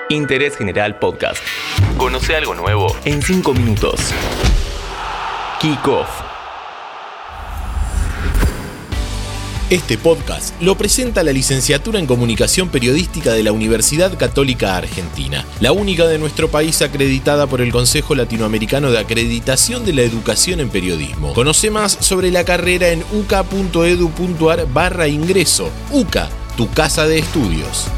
Interés General Podcast. Conoce algo nuevo en 5 minutos. Kick Off. Este podcast lo presenta la Licenciatura en Comunicación Periodística de la Universidad Católica Argentina, la única de nuestro país acreditada por el Consejo Latinoamericano de Acreditación de la Educación en Periodismo. Conoce más sobre la carrera en uca.edu.ar/ingreso. UCA, tu casa de estudios.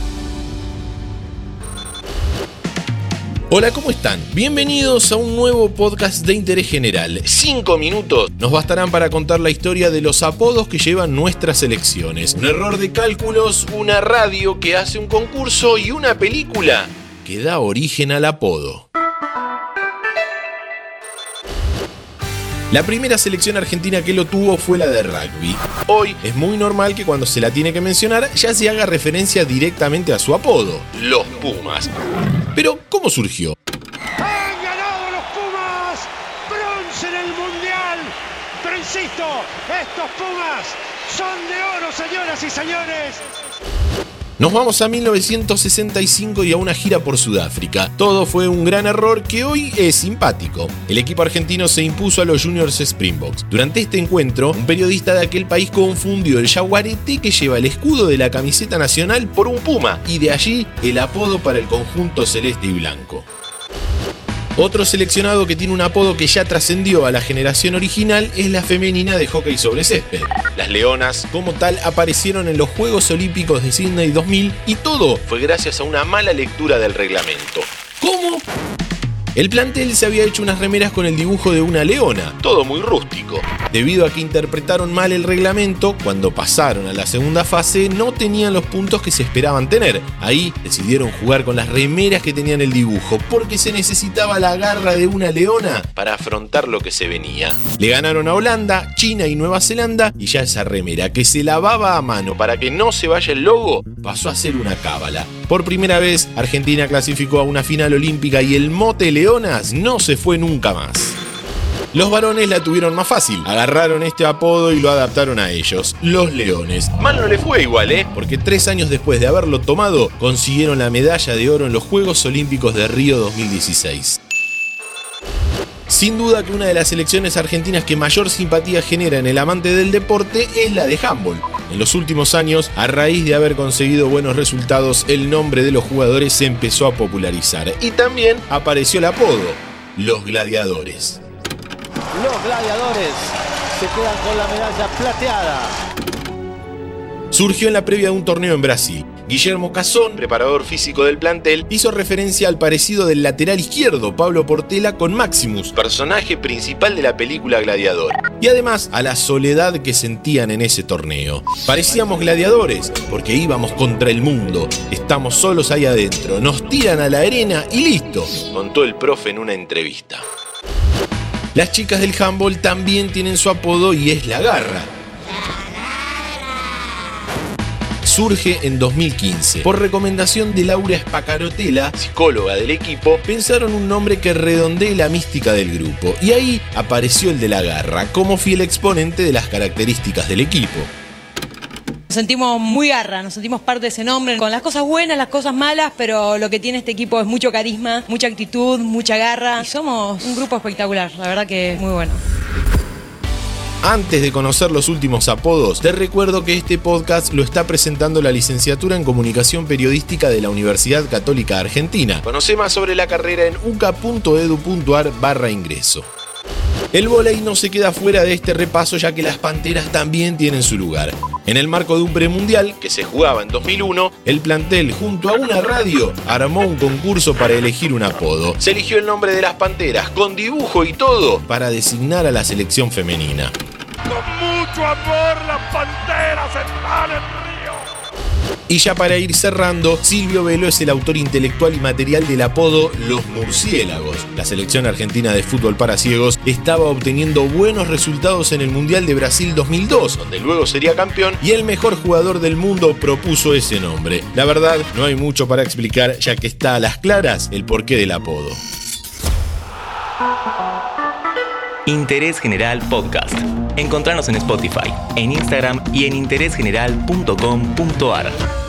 Hola, ¿cómo están? Bienvenidos a un nuevo podcast de interés general. 5 minutos nos bastarán para contar la historia de los apodos que llevan nuestras selecciones. Un error de cálculos, una radio que hace un concurso y una película que da origen al apodo. La primera selección argentina que lo tuvo fue la de rugby. Hoy es muy normal que cuando se la tiene que mencionar ya se haga referencia directamente a su apodo, los Pumas. Pero, ¿cómo surgió? ¡Han ganado los Pumas! ¡Bronce en el Mundial! Pero insisto, estos Pumas son de oro, señoras y señores. Nos vamos a 1965 y a una gira por Sudáfrica. Todo fue un gran error que hoy es simpático. El equipo argentino se impuso a los Juniors Springboks. Durante este encuentro, un periodista de aquel país confundió el yaguareté que lleva el escudo de la camiseta nacional por un puma, y de allí el apodo para el conjunto celeste y blanco. Otro seleccionado que tiene un apodo que ya trascendió a la generación original es la femenina de hockey sobre césped. Las Leonas, como tal, aparecieron en los Juegos Olímpicos de Sydney 2000 y todo fue gracias a una mala lectura del reglamento. ¿Cómo? El plantel se había hecho unas remeras con el dibujo de una leona, todo muy rústico. Debido a que interpretaron mal el reglamento, cuando pasaron a la segunda fase no tenían los puntos que se esperaban tener. Ahí decidieron jugar con las remeras que tenían el dibujo, porque se necesitaba la garra de una leona para afrontar lo que se venía. Le ganaron a Holanda, China y Nueva Zelanda, y ya esa remera que se lavaba a mano para que no se vaya el logo, pasó a ser una cábala. Por primera vez, Argentina clasificó a una final olímpica y el mote Leonas no se fue nunca más. Los varones la tuvieron más fácil, agarraron este apodo y lo adaptaron a ellos, los Leones. Mal no le fue igual, porque 3 años después de haberlo tomado, consiguieron la medalla de oro en los Juegos Olímpicos de Río 2016. Sin duda que una de las selecciones argentinas que mayor simpatía genera en el amante del deporte es la de handball. En los últimos años, a raíz de haber conseguido buenos resultados, el nombre de los jugadores se empezó a popularizar y también apareció el apodo, los Gladiadores. Los Gladiadores se quedan con la medalla plateada. Surgió en la previa de un torneo en Brasil. Guillermo Casón, preparador físico del plantel, hizo referencia al parecido del lateral izquierdo Pablo Portela con Maximus, personaje principal de la película Gladiador, y además a la soledad que sentían en ese torneo. Parecíamos gladiadores porque íbamos contra el mundo, estamos solos ahí adentro, nos tiran a la arena y listo, contó el profe en una entrevista. Las chicas del handball también tienen su apodo y es la garra. Surge en 2015. Por recomendación de Laura Spacarotela, psicóloga del equipo, pensaron un nombre que redondee la mística del grupo. Y ahí apareció el de la garra, como fiel exponente de las características del equipo. Nos sentimos muy garra, nos sentimos parte de ese nombre, con las cosas buenas, las cosas malas, pero lo que tiene este equipo es mucho carisma, mucha actitud, mucha garra. Y somos un grupo espectacular, la verdad que es muy bueno. Antes de conocer los últimos apodos, te recuerdo que este podcast lo está presentando la Licenciatura en Comunicación Periodística de la Universidad Católica Argentina. Conoce más sobre la carrera en uca.edu.ar/ingreso. El vóley no se queda fuera de este repaso, ya que las Panteras también tienen su lugar. En el marco de un premundial que se jugaba en 2001, el plantel junto a una radio armó un concurso para elegir un apodo. Se eligió el nombre de las Panteras, con dibujo y todo, para designar a la selección femenina. Con mucho amor, las Panteras están en Río. Y ya para ir cerrando, Silvio Velo es el autor intelectual y material del apodo Los Murciélagos. La selección argentina de fútbol para ciegos estaba obteniendo buenos resultados en el Mundial de Brasil 2002, donde luego sería campeón, y el mejor jugador del mundo propuso ese nombre. La verdad, no hay mucho para explicar, ya que está a las claras el porqué del apodo. Interés General Podcast. Encontranos en Spotify, en Instagram y en interésgeneral.com.ar.